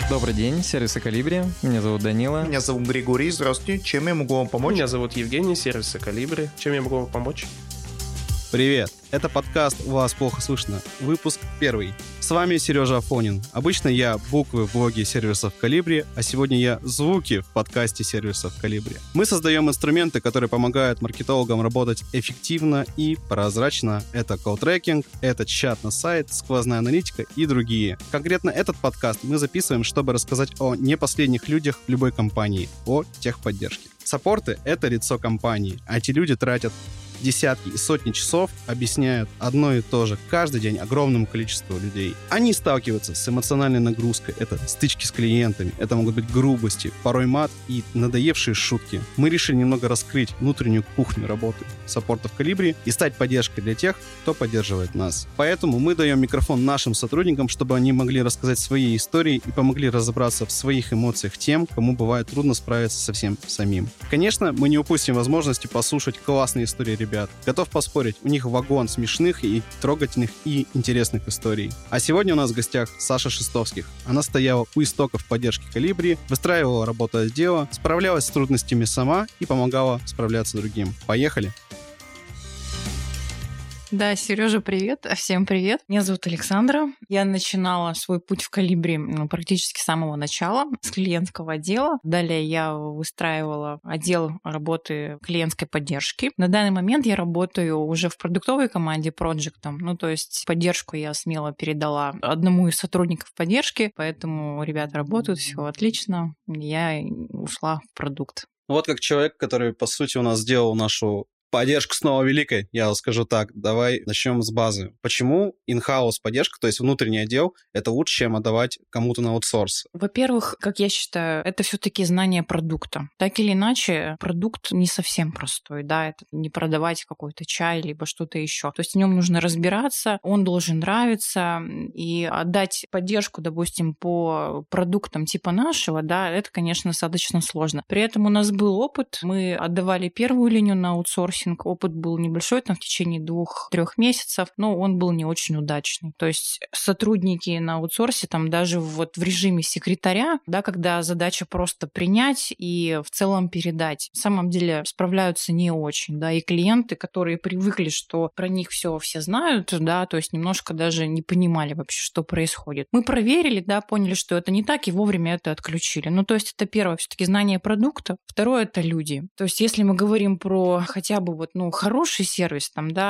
Добрый день, сервисы Колибри. Меня зовут Данила. Меня зовут Григорий. Здравствуйте. Чем я могу вам помочь? Меня зовут Евгений, сервисы Колибри. Чем я могу вам помочь? Привет! Это подкаст «У вас плохо слышно». Выпуск 1. С вами Сережа Афонин. Обычно я буквы в блоге сервисов Колибри, а сегодня я звуки в подкасте сервисов Колибри. Мы создаем инструменты, которые помогают маркетологам работать эффективно и прозрачно. Это колл-трекинг, это чат на сайт, сквозная аналитика и другие. Конкретно этот подкаст мы записываем, чтобы рассказать о не последних людях в любой компании, о техподдержке. Саппорты — это лицо компании, а эти люди тратят десятки и сотни часов, объясняют одно и то же каждый день огромному количеству людей. Они сталкиваются с эмоциональной нагрузкой, это стычки с клиентами, это могут быть грубости, порой мат и надоевшие шутки. Мы решили немного раскрыть внутреннюю кухню работы саппортов Колибри и стать поддержкой для тех, кто поддерживает нас. Поэтому мы даем микрофон нашим сотрудникам, чтобы они могли рассказать свои истории и помогли разобраться в своих эмоциях тем, кому бывает трудно справиться со всем самим. Конечно, мы не упустим возможности послушать классные истории ребят. Готов поспорить, у них вагон смешных и трогательных и интересных историй. А сегодня у нас в гостях Саша Шестовских. Она стояла у истоков поддержки Колибри, выстраивала работу отдела, справлялась с трудностями сама и помогала справляться другим. Поехали! Да, Сережа, привет. Всем привет. Меня зовут Александра. Я начинала свой путь в Колибри практически с самого начала, с клиентского отдела. Далее я выстраивала отдел работы клиентской поддержки. На данный момент я работаю уже в продуктовой команде проектом. То есть поддержку я смело передала одному из сотрудников поддержки, поэтому ребята работают, все отлично. Я ушла в продукт. Вот как человек, который, по сути, у нас сделал нашу поддержку снова великой, я скажу так. Давай начнем с базы. Почему in-house поддержка, то есть внутренний отдел, это лучше, чем отдавать кому-то на аутсорс? Во-первых, как я считаю, это все-таки знание продукта. Так или иначе, продукт не совсем простой, да, это не продавать какой-то чай, либо что-то еще. То есть в нем нужно разбираться, он должен нравиться, и отдать поддержку, допустим, по продуктам типа нашего, да, это, конечно, достаточно сложно. При этом у нас был опыт, мы отдавали первую линию на аутсорсинг. Опыт был небольшой, в течение 2-3 месяцев, но он был не очень удачный. То есть сотрудники на аутсорсе, даже в режиме секретаря, да, когда задача просто принять и в целом передать, на самом деле справляются не очень, да, и клиенты, которые привыкли, что про них все знают, да, то есть немножко даже не понимали вообще, что происходит. Мы проверили, да, поняли, что это не так, и вовремя это отключили. То есть это первое, все-таки знание продукта. Второе — это люди. То есть если мы говорим про хотя бы хороший сервис,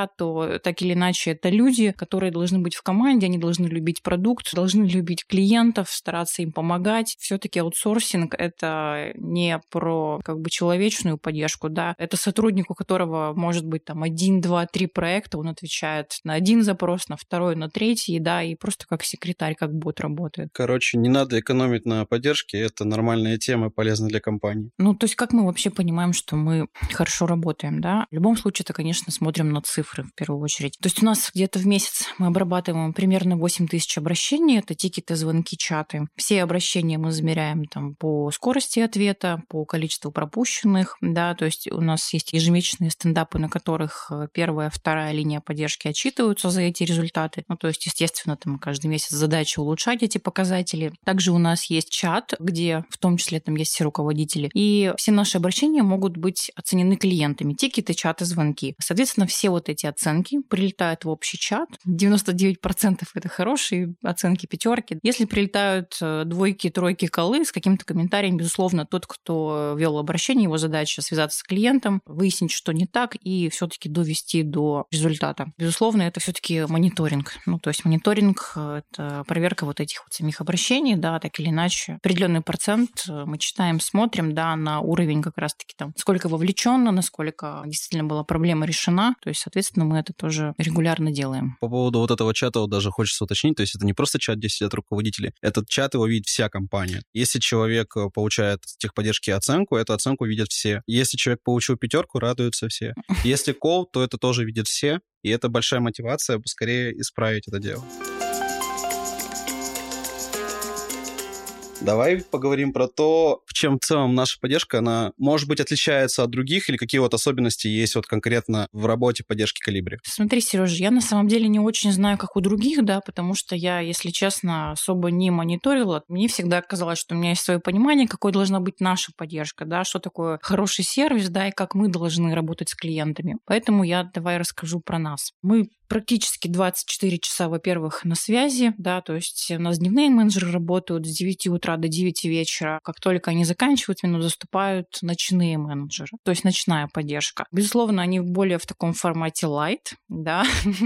то так или иначе это люди, которые должны быть в команде, они должны любить продукт, должны любить клиентов, стараться им помогать. Все-таки аутсорсинг — это не про человечную поддержку, да, это сотрудник, у которого может быть 1, 2, 3 проекта, он отвечает на один запрос, на второй, на третий, да, и просто как секретарь, как бот работает. Короче, не надо экономить на поддержке, это нормальная тема, полезна для компании. То есть как мы вообще понимаем, что мы хорошо работаем, да? В любом случае, это, конечно, смотрим на цифры в первую очередь. То есть у нас где-то в месяц мы обрабатываем примерно 8 тысяч обращений. Это тикеты, звонки, чаты. Все обращения мы замеряем по скорости ответа, по количеству пропущенных. Да, то есть у нас есть ежемесячные стендапы, на которых первая, вторая линия поддержки отчитываются за эти результаты. То есть, естественно, каждый месяц задача улучшать эти показатели. Также у нас есть чат, где в том числе есть все руководители. И все наши обращения могут быть оценены клиентами. Тикеты, чаты, звонки. Соответственно, все эти оценки прилетают в общий чат. 99% это хорошие оценки, 5. Если прилетают 2, 3 коллы с каким-то комментарием, безусловно, тот, кто вел обращение, его задача связаться с клиентом, выяснить, что не так, и все-таки довести до результата. Безусловно, это все-таки мониторинг. То есть мониторинг — это проверка этих самих обращений, да, так или иначе. Определенный процент мы читаем, смотрим, да, на уровень как раз-таки сколько вовлечено, насколько действительно была проблема решена. То есть, соответственно, мы это тоже регулярно делаем. По поводу этого чата даже хочется уточнить, то есть это не просто чат, где сидят руководители, этот чат его видит вся компания. Если человек получает с техподдержки оценку, эту оценку видят все. Если человек получил 5, радуются все. Если колл, то это тоже видят все, и это большая мотивация скорее исправить это дело. Давай поговорим про то, в чем в целом наша поддержка, она, может быть, отличается от других, или какие вот особенности есть вот конкретно в работе поддержки Колибри? Смотри, Сережа, я на самом деле не очень знаю, как у других, да, потому что я, если честно, особо не мониторила. Мне всегда казалось, что у меня есть свое понимание, какой должна быть наша поддержка, да, что такое хороший сервис, да, и как мы должны работать с клиентами. Поэтому я давай расскажу про нас. Мы практически 24 часа, во-первых, на связи, да, то есть у нас дневные менеджеры работают с 9 утра до 9 вечера. Как только они заканчивают смену, заступают ночные менеджеры, то есть ночная поддержка. Безусловно, они более в таком формате light, да.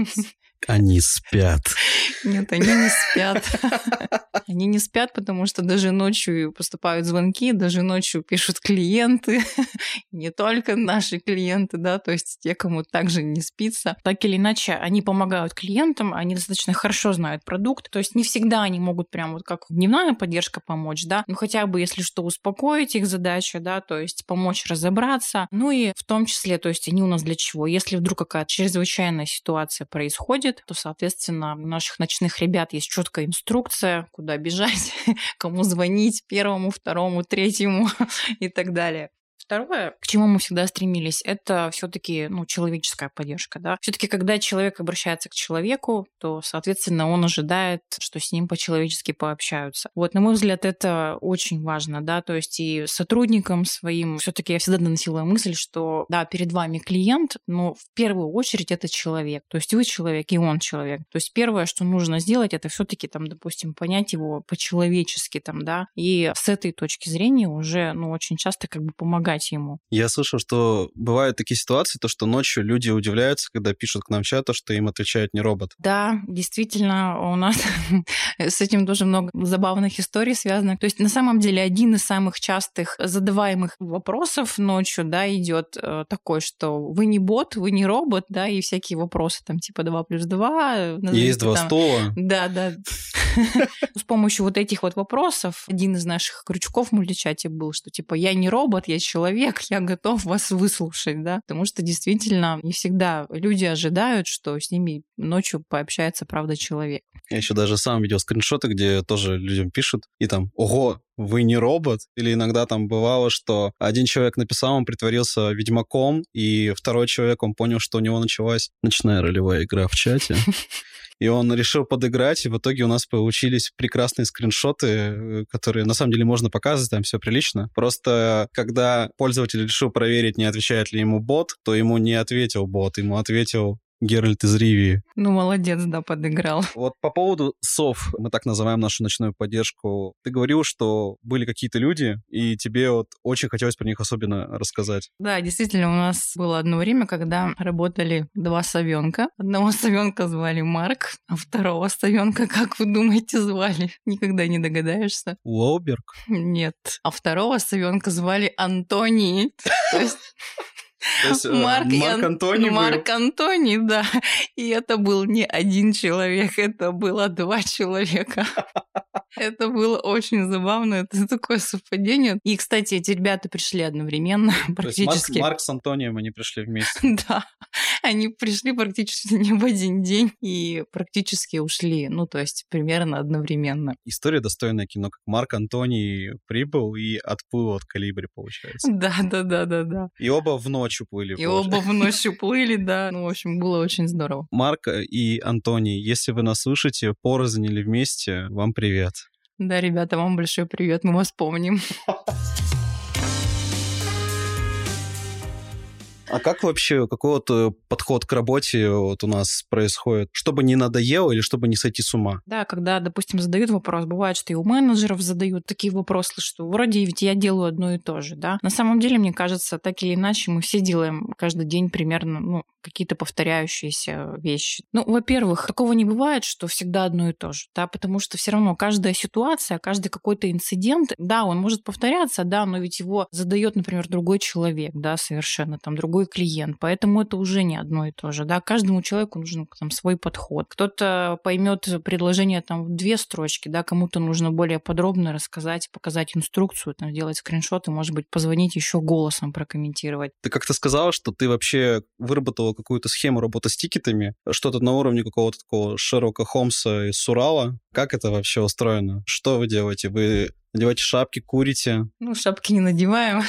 Они спят. Нет, они не спят. Они не спят, потому что даже ночью поступают звонки, даже ночью пишут клиенты. Не только наши клиенты, да, то есть те, кому также не спится. Так или иначе, они помогают клиентам, они достаточно хорошо знают продукт. То есть не всегда они могут прям вот как дневная поддержка помочь, да, ну хотя бы, если что, успокоить их задача, да, то есть помочь разобраться. Ну и в том числе, то есть они у нас для чего? Если вдруг какая-то чрезвычайная ситуация происходит, то, соответственно, у наших ночных ребят есть четкая инструкция, куда бежать, кому звонить, первому, второму, третьему и так далее. Второе, к чему мы всегда стремились, это все-таки человеческая поддержка. Да? Все-таки, когда человек обращается к человеку, то, соответственно, он ожидает, что с ним по-человечески пообщаются. Вот, на мой взгляд, это очень важно. Да? То есть и сотрудникам своим все-таки я всегда доносила мысль, что да, перед вами клиент, но в первую очередь это человек. То есть вы человек, и он человек. То есть первое, что нужно сделать, это все-таки, там, допустим, понять его по-человечески, там, да, и с этой точки зрения уже очень часто как бы помогать ему. Я слышал, что бывают такие ситуации, то, что ночью люди удивляются, когда пишут к нам в чат, то, что им отвечает не робот. Да, действительно, у нас с этим тоже много забавных историй связано. То есть на самом деле один из самых частых задаваемых вопросов ночью, да, идет такой, что вы не бот, вы не робот, да, и всякие вопросы там типа 2+2. Есть два стула. Да. С помощью вот этих вот вопросов один из наших крючков в мультичате был, что типа я не робот, я человек, я готов вас выслушать, да, потому что действительно не всегда люди ожидают, что с ними ночью пообщается, правда, человек. Я еще даже сам видел скриншоты, где тоже людям пишут, и там, ого, вы не робот? Или иногда там бывало, что один человек написал, он притворился ведьмаком, и второй человек, он понял, что у него началась ночная ролевая игра в чате. И он решил подыграть, и в итоге у нас получились прекрасные скриншоты, которые на самом деле можно показывать, там все прилично. Просто когда пользователь решил проверить, не отвечает ли ему бот, то ему не ответил бот, ему ответил Геральт из Ривии. Ну, молодец, да, подыграл. Вот по поводу сов, мы так называем нашу ночную поддержку. Ты говорил, что были какие-то люди, и тебе вот очень хотелось про них особенно рассказать. Да, действительно, у нас было одно время, когда работали два совенка. Одного совенка звали Марк, а второго совенка, как вы думаете, звали? Никогда не догадаешься. Уолберг? Нет. А второго совенка звали Антоний. То есть Марк Антоний, да. И это был не один человек, это было два человека. Это было очень забавно, это такое совпадение. И, кстати, эти ребята пришли одновременно практически. То есть Марк с Антонием, они пришли вместе. Да, они пришли практически не в один день и практически ушли, то есть примерно одновременно. История достойная кино, как Марк Антоний прибыл и отплыл от Колибри, получается. Да. И оба в ночь уплыли. И оба в ночь уплыли, да. В общем, было очень здорово. Марк и Антоний, если вы нас слышите, порознь или вместе, вам привет. Да, ребята, вам большой привет, мы вас помним. А как вообще, какой вот подход к работе вот у нас происходит? Чтобы не надоело или чтобы не сойти с ума? Да, когда, допустим, задают вопрос, бывает, что и у менеджеров задают такие вопросы, что вроде ведь я делаю одно и то же, да. На самом деле, мне кажется, так или иначе мы все делаем каждый день примерно, какие-то повторяющиеся вещи. Во-первых, такого не бывает, что всегда одно и то же, да, потому что все равно каждая ситуация, каждый какой-то инцидент, да, он может повторяться, да, но ведь его задает, например, другой человек, да, совершенно там другой клиент, поэтому это уже не одно и то же, да, каждому человеку нужен там свой подход. Кто-то поймет предложение там в 2 строчки, да, кому-то нужно более подробно рассказать, показать инструкцию, там, сделать скриншоты, может быть, позвонить еще голосом прокомментировать. Ты как-то сказала, что ты вообще выработала какую-то схему работы с тикетами, что-то на уровне какого-то такого Шерлока Холмса из Урала. Как это вообще устроено? Что вы делаете? Вы Надеваете шапки, курите. Ну, шапки не надеваем.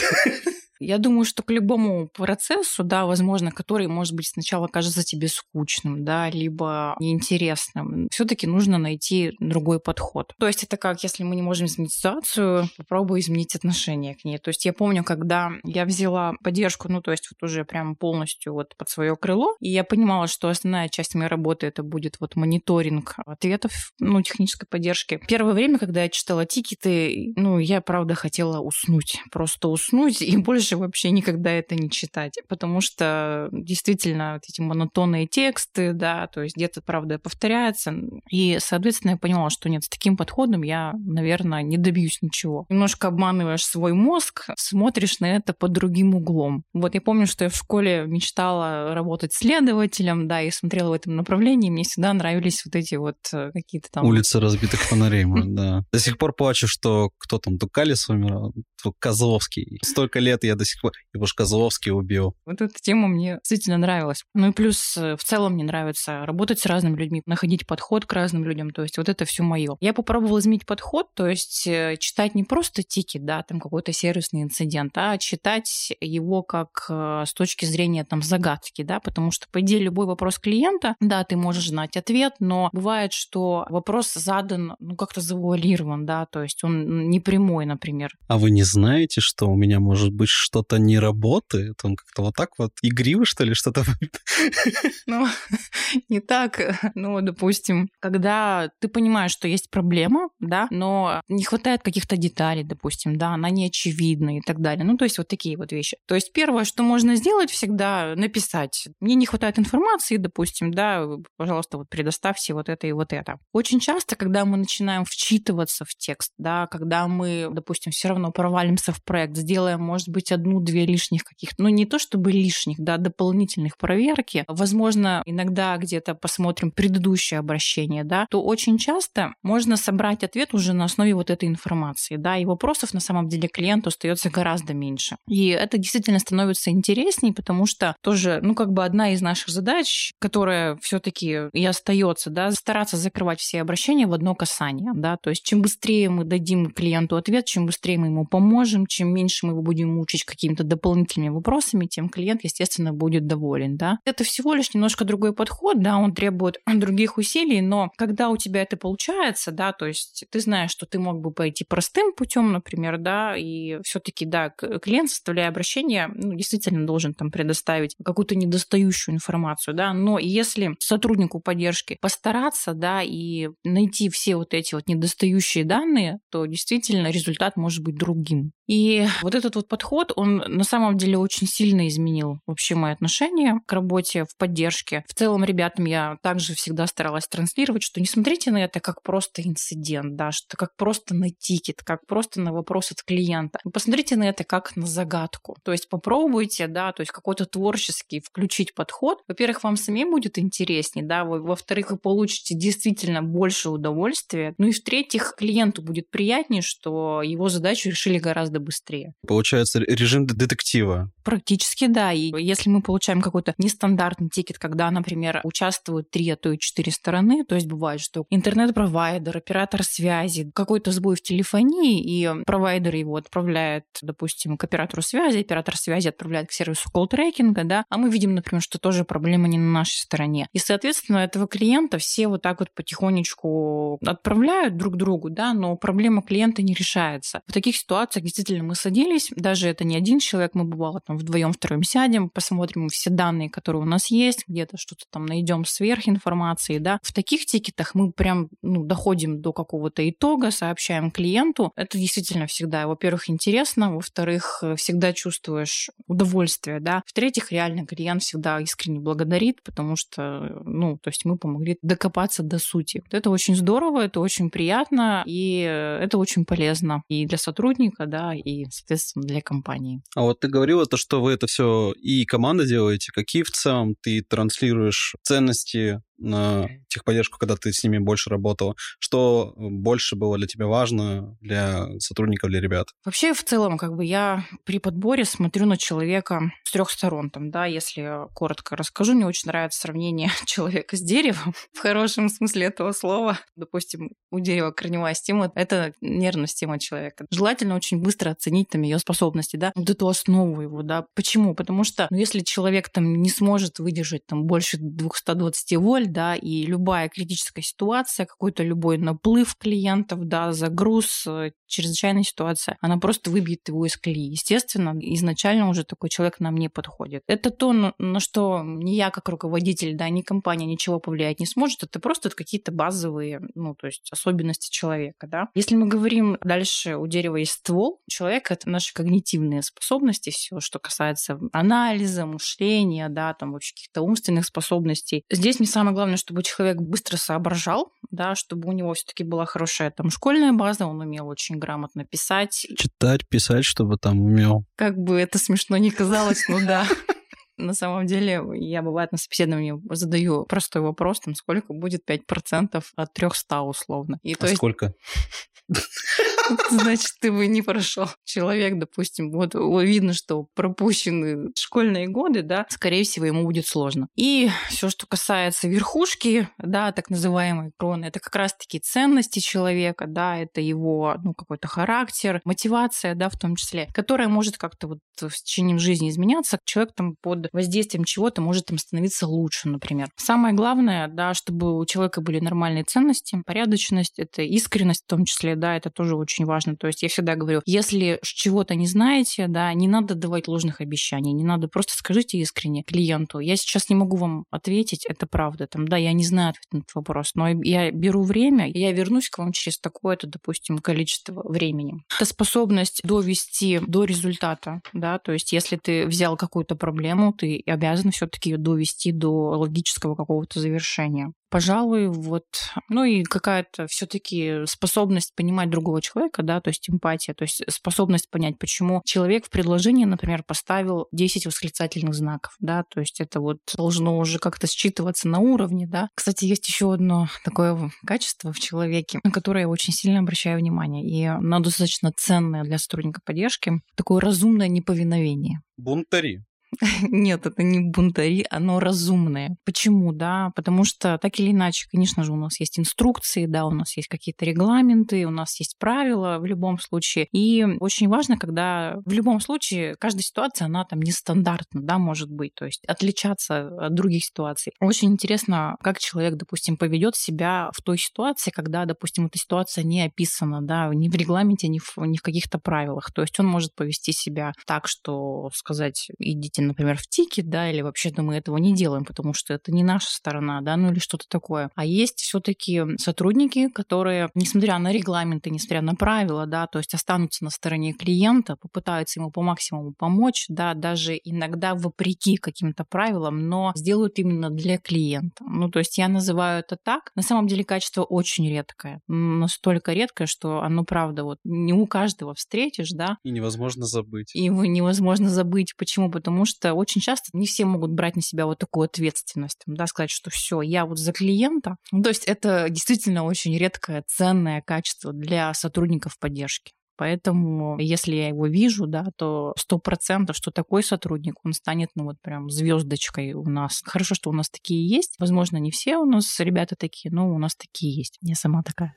Я думаю, что к любому процессу, да, возможно, который, может быть, сначала кажется тебе скучным, да, либо неинтересным, все-таки нужно найти другой подход. То есть это как, если мы не можем изменить ситуацию, попробуй изменить отношение к ней. То есть я помню, когда я взяла поддержку, ну, то есть вот уже прям полностью вот под свое крыло, и я понимала, что основная часть моей работы это будет вот мониторинг ответов, ну, технической поддержки. Первое время, когда я читала тикеты, ну, я, правда, хотела уснуть, просто уснуть, и больше вообще никогда это не читать, потому что действительно вот эти монотонные тексты, да, то есть где-то, правда, повторяется, и, соответственно, я поняла, что нет, с таким подходом я, наверное, не добьюсь ничего. Немножко обманываешь свой мозг, смотришь на это под другим углом. Вот я помню, что я в школе мечтала работать следователем, да, и смотрела в этом направлении, мне всегда нравились вот эти вот какие-то там... Улицы разбитых фонарей, да. До сих пор плачу, что кто там, Дукалис умер, Козловский. Столько лет я до сих пор... Его ж Козловский убил. Вот эта тема мне действительно нравилась. Ну и плюс в целом мне нравится работать с разными людьми, находить подход к разным людям. То есть вот это все мое. Я попробовала изменить подход, то есть читать не просто тикет, да, там какой-то сервисный инцидент, а читать его как с точки зрения там загадки, да, потому что, по идее, любой вопрос клиента, да, ты можешь знать ответ, но бывает, что вопрос задан, ну, как-то завуалирован, да, то есть он не прямой, например. А вы не знаете, что у меня, может быть, что-то не работает? Он как-то вот так вот игриво, что ли, что-то... Ну, не так. Ну, допустим, когда ты понимаешь, что есть проблема, да, но не хватает каких-то деталей, допустим, да, она не очевидна и так далее. Ну, то есть вот такие вот вещи. То есть первое, что можно сделать, всегда написать. Мне не хватает информации, допустим, да, пожалуйста, вот предоставьте вот это и вот это. Очень часто, когда мы начинаем вчитываться в текст, да, когда мы, допустим, все равно провалимся в проект, сделаем, может быть, одну-две лишних каких-то, ну, не то чтобы лишних, да, дополнительных проверки, возможно, иногда где-то посмотрим предыдущее обращение, да, то очень часто можно собрать ответ уже на основе вот этой информации, да, и вопросов на самом деле клиенту остается гораздо меньше. И это действительно становится интересней, потому что тоже, ну, как бы одна из наших задач, которая все-таки и остается, да, стараться закрывать все обращения в одно касание, да, то есть чем быстрее мы дадим клиенту ответ, чем быстрее мы ему поможем, чем меньше мы его будем мучить какими-то дополнительными вопросами, тем клиент, естественно, будет доволен, да. Это всего лишь немножко другой подход, да, он требует других усилий, но когда у тебя это получается, да, то есть ты знаешь, что ты мог бы пойти простым путем, например, да, и все-таки, да, клиент, составляя обращение, ну, действительно должен там предоставить какую-то недостающую информацию, да, но если сотруднику поддержки постараться, да, и найти все вот эти вот недостающие данные, то действительно результат может быть другим. И вот этот вот подход, он на самом деле очень сильно изменил вообще мои отношения к работе в поддержке. В целом, ребятам я также всегда старалась транслировать, что не смотрите на это как просто инцидент, да, что как просто на тикет, как просто на вопрос от клиента. Посмотрите на это как на загадку. То есть попробуйте, да, то есть какой-то творческий включить подход. Во-первых, вам самим будет интереснее, да, во-вторых, вы получите действительно больше удовольствия. Ну и в-третьих, клиенту будет приятнее, что его задачу решили гораздо быстрее. Получается, режим детектива. Практически, да. И если мы получаем какой-то нестандартный тикет, когда, например, участвуют 3, а то и 4 стороны, то есть бывает, что интернет-провайдер, оператор связи, какой-то сбой в телефонии, и провайдер его отправляет, допустим, к оператору связи, оператор связи отправляет к сервису колл-трекинга, да, а мы видим, например, что тоже проблема не на нашей стороне. И, соответственно, этого клиента все вот так вот потихонечку отправляют друг другу, да, но проблема клиента не решается. В таких ситуациях действительно мы садились, даже это не один человек, мы бывало там вдвоем, втроем сядем, посмотрим все данные, которые у нас есть, где-то что-то там найдем сверхинформации, да. В таких тикетах мы прям, ну, доходим до какого-то итога, сообщаем клиенту. Это действительно всегда, во-первых, интересно, во-вторых, всегда чувствуешь удовольствие, да. В-третьих, реально клиент всегда искренне благодарит, потому что, ну, то есть мы помогли докопаться до сути. Это очень здорово, это очень приятно, и это очень полезно и для сотрудника, да, и, соответственно, для компании. А вот ты говорила то, что вы это все и команда делаете. Какие в целом ты транслируешь ценности на техподдержку, когда ты с ними больше работала? Что больше было для тебя важно, для сотрудников, для ребят? Вообще, в целом, я при подборе смотрю на человека с 3 сторон. Если я коротко расскажу, мне очень нравится сравнение человека с деревом, в хорошем смысле этого слова. Допустим, у дерева корневая система — это нервная система человека. Желательно очень быстро оценить ее способности, вот эту основу его, Почему? Потому что, если человек не сможет выдержать больше 220 вольт, и любая критическая ситуация, какой-то любой наплыв клиентов, загруз, чрезвычайная ситуация, она просто выбьет его из колеи. Естественно, изначально уже такой человек нам не подходит. Это то, на что ни я как руководитель, ни компания ничего повлиять не сможет. Это просто какие-то базовые, то есть особенности человека, Если мы говорим дальше, у дерева есть ствол, человек — это наши когнитивные способности, все, что касается анализа, мышления, вообще каких-то умственных способностей. Здесь не самое главное, чтобы человек быстро соображал, чтобы у него все-таки была хорошая школьная база, он умел очень грамотно писать. Читать, писать, чтобы умел. Как бы это смешно ни казалось, да. На самом деле, я, бывает, на собеседовании задаю простой вопрос, сколько будет 5% от 300 условно. Сколько? Значит, ты бы не прошел. Человек, допустим, видно, что пропущены школьные годы, скорее всего, ему будет сложно. И все, что касается верхушки, так называемой кроны, это как раз-таки ценности человека, это его, какой-то характер, мотивация, в том числе, которая может как-то с течением жизни изменяться. Человек под воздействием чего-то может становиться лучше, например. Самое главное, чтобы у человека были нормальные ценности, порядочность, это искренность в том числе, это тоже очень важно. То есть я всегда говорю, если чего-то не знаете, не надо давать ложных обещаний, не надо, просто скажите искренне клиенту: я сейчас не могу вам ответить, это правда, я не знаю ответ на этот вопрос, но я беру время, и я вернусь к вам через такое-то, допустим, количество времени. Это способность довести до результата, то есть если ты взял какую-то проблему, ты обязан все-таки ее довести до логического какого-то завершения. Пожалуй, и какая-то все-таки способность понимать другого человека, то есть эмпатия, то есть способность понять, почему человек в предложении, например, поставил 10 восклицательных знаков, то есть это должно уже как-то считываться на уровне, Кстати, есть еще одно такое качество в человеке, на которое я очень сильно обращаю внимание, и оно достаточно ценное для сотрудника поддержки, такое разумное неповиновение. Бунтари. Нет, это не бунтари, оно разумное. Почему? Потому что так или иначе, конечно же, у нас есть инструкции, у нас есть какие-то регламенты, у нас есть правила в любом случае. И очень важно, когда в любом случае каждая ситуация, она нестандартна, может быть, то есть отличаться от других ситуаций. Очень интересно, как человек, допустим, поведет себя в той ситуации, когда, допустим, эта ситуация не описана, ни в регламенте, ни в каких-то правилах. То есть он может повести себя так, что сказать: идите, например, в тики, или вообще-то мы этого не делаем, потому что это не наша сторона, или что-то такое. А есть все-таки сотрудники, которые, несмотря на регламенты, несмотря на правила, то есть останутся на стороне клиента, попытаются ему по максимуму помочь, даже иногда вопреки каким-то правилам, но сделают именно для клиента. То есть я называю это так. На самом деле качество очень редкое, настолько редкое, что оно, правда, не у каждого встретишь, И невозможно забыть. И его невозможно забыть. Почему? Потому что очень часто не все могут брать на себя такую ответственность, сказать, что все, я за клиента. То есть это действительно очень редкое, ценное качество для сотрудников поддержки. Поэтому, если я его вижу, то 100%, что такой сотрудник, он станет, прям звездочкой у нас. Хорошо, что у нас такие есть. Возможно, не все у нас ребята такие, но у нас такие есть. Я сама такая.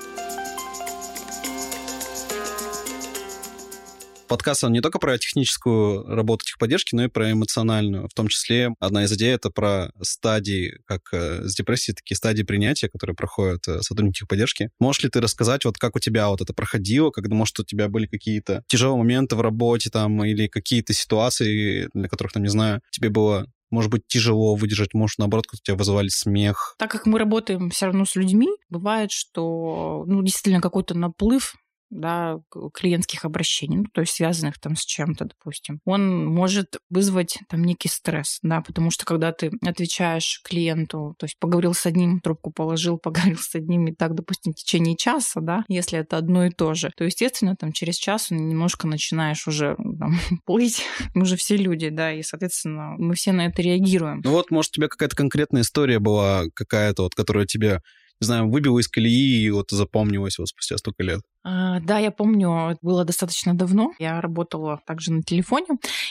Подкаст, он не только про техническую работу техподдержки, но и про эмоциональную. В том числе одна из идей — это про стадии, как с депрессией, такие стадии принятия, которые проходят сотрудники техподдержки. Можешь ли ты рассказать, как у тебя это проходило, когда, может, у тебя были какие-то тяжелые моменты в работе или какие-то ситуации, для которых, не знаю, тебе было, может быть, тяжело выдержать, может, наоборот, как у тебя вызывали смех? Так как мы работаем все равно с людьми, бывает, что, действительно какой-то наплыв да, клиентских обращений, ну, то есть связанных там с чем-то, допустим, он может вызвать там некий стресс, да, потому что когда ты отвечаешь клиенту, то есть поговорил с одним, трубку положил, поговорил с одним, и так, допустим, в течение часа, да, если это одно и то же, то, естественно, там через час немножко начинаешь уже там, плыть, мы же все люди, да, и, соответственно, мы все на это реагируем. Ну вот, может, у тебя какая-то конкретная история была какая-то, вот, которая тебе, не знаю, выбила из колеи и вот запомнилась вот спустя столько лет? Да, я помню, это было достаточно давно. Я работала также на телефоне,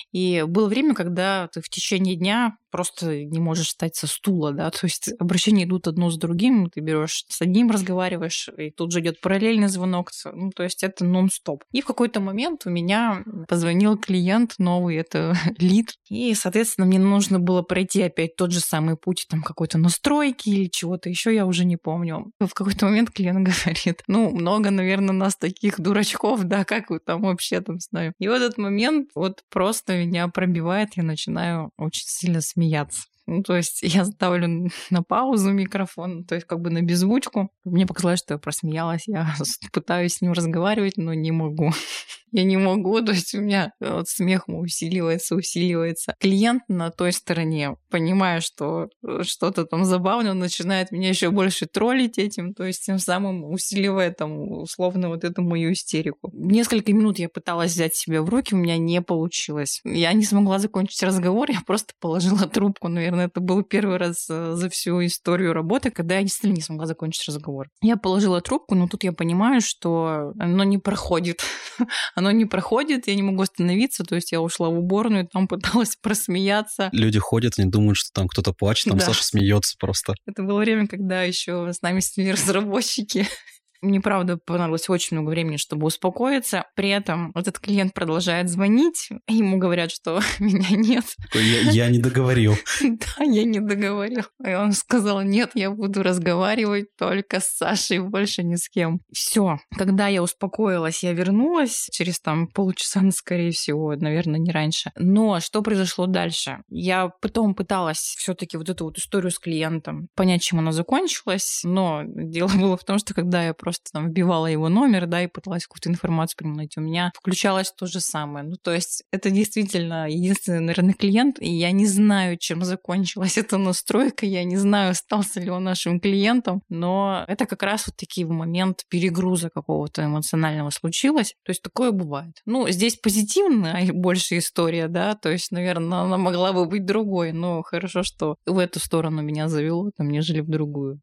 и было время, когда ты в течение дня просто не можешь встать со стула, да, то есть обращения идут одно с другим, ты берешь с одним, разговариваешь, и тут же идет параллельный звонок, ну, то есть это нон-стоп. И в какой-то момент у меня позвонил клиент новый, это лид, и, соответственно, мне нужно было пройти опять тот же самый путь, там, какой-то настройки или чего-то еще, я уже не помню. В какой-то момент клиент говорит, ну, много, наверное, нас таких дурачков, да, как вы там вообще там знаю. И в этот момент вот просто меня пробивает, я начинаю очень сильно смеяться. Ну, то есть я ставлю на паузу микрофон, то есть как бы на беззвучку. Мне показалось, что я просмеялась, я пытаюсь с ним разговаривать, но не могу. Я не могу, то есть у меня вот смех усиливается. Клиент на той стороне, понимая, что что-то там забавное, он начинает меня еще больше троллить этим, то есть тем самым усиливая там условно вот эту мою истерику. Несколько минут я пыталась взять себя в руки, у меня не получилось. Я не смогла закончить разговор, я просто положила трубку. Наверное, это был первый раз за всю историю работы, когда я действительно не смогла закончить разговор. Я положила трубку, но тут я понимаю, что оно не проходит. Оно не проходит, я не могу остановиться, то есть я ушла в уборную, там пыталась просмеяться. Люди ходят, они думают, что там кто-то плачет, там да. Саша смеется просто. Это было время, когда еще с нами сидели разработчики. Мне, правда, понадобилось очень много времени, чтобы успокоиться. При этом этот клиент продолжает звонить, и ему говорят, что меня нет. Я не договорил. Да, я не договорил. И он сказал, нет, я буду разговаривать только с Сашей, больше ни с кем. Все. Когда я успокоилась, я вернулась через там полчаса, скорее всего, наверное, не раньше. Но что произошло дальше? Я потом пыталась все-таки вот эту вот историю с клиентом понять, чем она закончилась, но дело было в том, что когда я просто там вбивала его номер, да, и пыталась какую-то информацию по нему найти, у меня включалось то же самое. Ну, то есть это действительно единственный, наверное, клиент, и я не знаю, чем закончилась эта настройка, я не знаю, остался ли он нашим клиентом, но это как раз вот таки в момент перегруза какого-то эмоционального случилось. То есть такое бывает. Ну, здесь позитивная больше история, да, то есть, наверное, она могла бы быть другой, но хорошо, что в эту сторону меня завело, там, нежели в другую.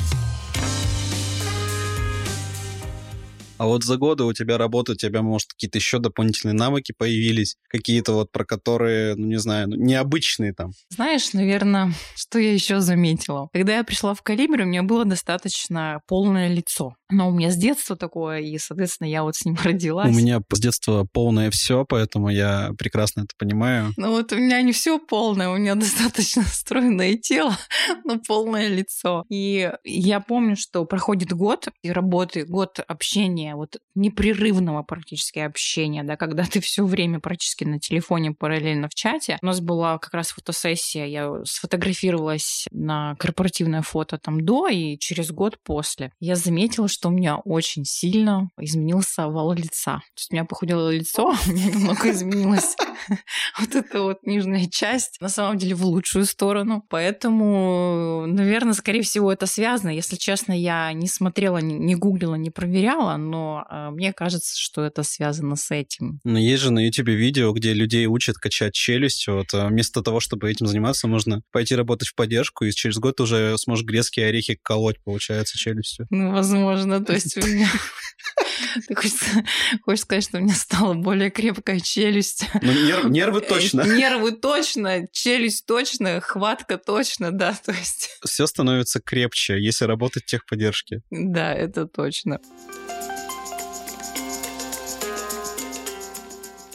А вот за годы у тебя работы, у тебя, может, какие-то еще дополнительные навыки появились, какие-то вот про которые, ну, не знаю, необычные там? Знаешь, наверное, что я еще заметила? Когда я пришла в Колибри, у меня было достаточно полное лицо. Но у меня с детства такое, и, соответственно, я вот с ним родилась. У меня с детства полное все, поэтому я прекрасно это понимаю. Ну вот у меня не все полное, у меня достаточно стройное тело, но полное лицо. И я помню, что проходит год и работы, год общения, вот непрерывного практически общения, да, когда ты все время практически на телефоне параллельно в чате. У нас была как раз фотосессия, я сфотографировалась на корпоративное фото там до и через год после. Я заметила, что у меня очень сильно изменился овал лица. То есть у меня похудело лицо, у меня немного изменилась вот эта вот нижняя часть, на самом деле в лучшую сторону. Поэтому, наверное, скорее всего, это связано. Если честно, я не смотрела, не гуглила, не проверяла, но мне кажется, что это связано с этим. Но есть же на YouTube видео, где людей учат качать челюсть. Вот вместо того, чтобы этим заниматься, можно пойти работать в поддержку, и через год ты уже сможешь грецкие орехи колоть, получается, челюстью. Ну, возможно. То есть у меня... Ты хочешь сказать, что у меня стала более крепкая челюсть? Ну, нервы точно. Нервы точно, челюсть точно, хватка точно, да, то есть... Все становится крепче, если работать в техподдержке. Да, это точно. В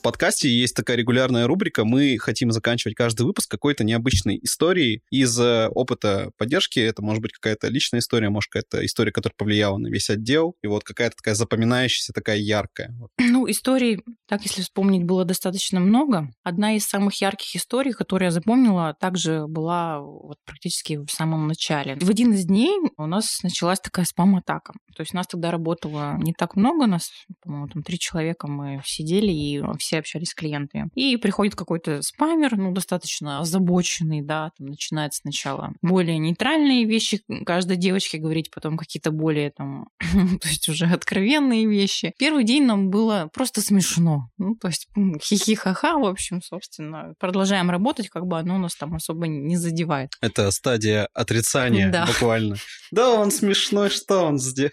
подкасте есть такая регулярная рубрика. Мы хотим заканчивать каждый выпуск какой-то необычной историей из опыта поддержки. Это может быть какая-то личная история, может, какая-то история, которая повлияла на весь отдел. И вот какая-то такая запоминающаяся, такая яркая. Ну, историй, так если вспомнить, было достаточно много. Одна из самых ярких историй, которую я запомнила, также была вот практически в самом начале. В один из дней у нас началась такая спам-атака. То есть у нас тогда работало не так много, нас, по-моему, там 3 человека, мы сидели и все общались с клиентами. И приходит какой-то спамер, ну, достаточно озабоченный, да, там начинает сначала более нейтральные вещи каждой девочке говорить, потом какие-то более там, то есть уже откровенные вещи. Первый день нам было просто смешно. Ну, то есть хихи-ха-ха, в общем, собственно. Продолжаем работать, как бы оно нас там особо не задевает. Это стадия отрицания, да. Буквально. Да, он смешной, что он сделал?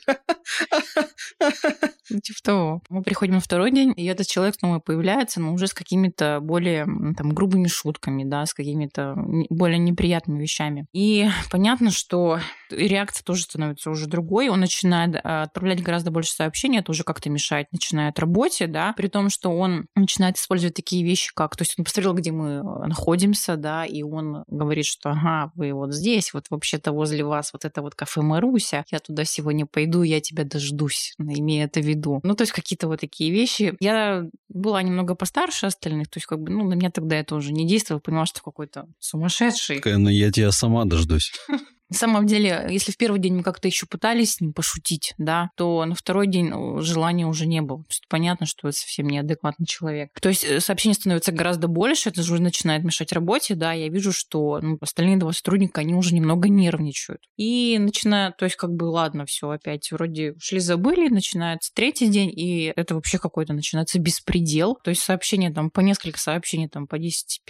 Типа того. Мы приходим на второй день, и этот человек снова появляется, но уже с какими-то более там грубыми шутками, да, с какими-то более неприятными вещами. И понятно, что реакция тоже становится уже другой. Он начинает отправлять гораздо больше сообщений, это уже как-то мешает, начинает работе, да, при том, что он начинает использовать такие вещи, как, то есть он посмотрел, где мы находимся, да, и он говорит, что ага, вы вот здесь, вот вообще-то возле вас вот это вот кафе Маруся, я туда сегодня пойду, я тебя дождусь, имея это в виду. Ну, то есть какие-то вот такие вещи. Я была немного постарше остальных, то есть как бы, ну, на меня тогда это уже не действовало, понимала, что какой-то сумасшедший. Но я тебя сама дождусь. На самом деле, если в первый день мы как-то еще пытались с ним пошутить, да, то на второй день желания уже не было. Понятно, что это совсем неадекватный человек. То есть сообщений становится гораздо больше, это же уже начинает мешать работе, да, я вижу, что остальные 2 сотрудника, они уже немного нервничают. И начинают, то есть как бы, ладно, все опять вроде ушли, забыли, начинается 3-й день, и это вообще какой-то начинается беспредел. То есть сообщения там, по несколько сообщений, там, по 10-15,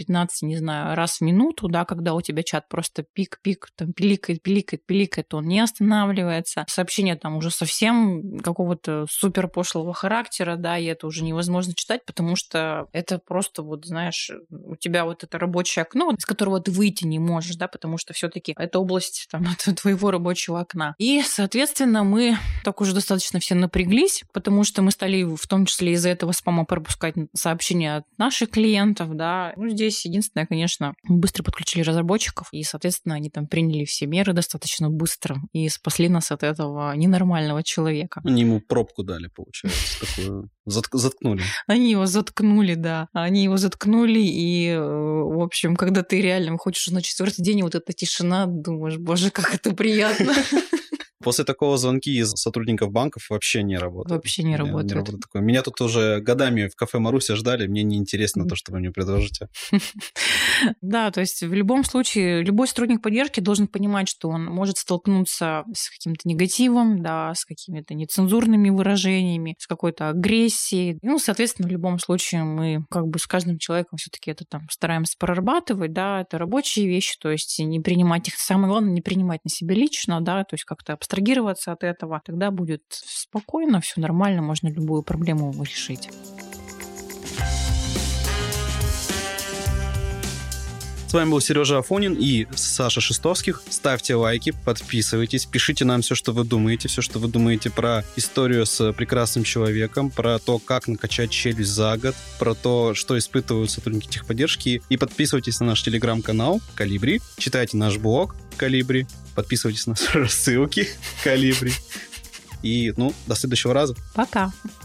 не знаю, раз в минуту, да, когда у тебя чат просто пик-пик, там, пиликает, он не останавливается. Сообщения там уже совсем какого-то супер пошлого характера, да, и это уже невозможно читать, потому что это просто вот, знаешь, у тебя вот это рабочее окно, из которого ты выйти не можешь, да, потому что все-таки это область там твоего рабочего окна. И, соответственно, мы так уже достаточно все напряглись, потому что мы стали в том числе из-за этого спама пропускать сообщения от наших клиентов, да. Ну, здесь единственное, конечно, мы быстро подключили разработчиков, и, соответственно, они там приняли все меры достаточно быстро и спасли нас от этого ненормального человека. Они ему пробку дали, получается, такую. Заткнули. Они его заткнули, да. Они его заткнули, и, в общем, когда ты реально хочешь на 4-й день, вот эта тишина, думаешь, боже, как это приятно. После такого звонки из сотрудников банков вообще не работают. Вообще не работают. Меня тут уже годами в кафе Маруся ждали, мне неинтересно то, что вы мне предложите. Да, то есть в любом случае любой сотрудник поддержки должен понимать, что он может столкнуться с каким-то негативом, да, с какими-то нецензурными выражениями, с какой-то агрессией. Ну, соответственно, в любом случае мы как бы с каждым человеком все-таки это там стараемся прорабатывать, да, это рабочие вещи, то есть не принимать их, самое главное, не принимать на себя лично, да, то есть как-то абстрагироваться от этого, тогда будет спокойно, все нормально, можно любую проблему решить. С вами был Сережа Афонин и Саша Шестовских. Ставьте лайки, подписывайтесь, пишите нам все, что вы думаете про историю с прекрасным человеком, про то, как накачать челюсть за год, про то, что испытывают сотрудники техподдержки. И подписывайтесь на наш телеграм-канал «Колибри», читайте наш блог «Колибри», подписывайтесь на наши рассылки «Колибри». И, до следующего раза. Пока.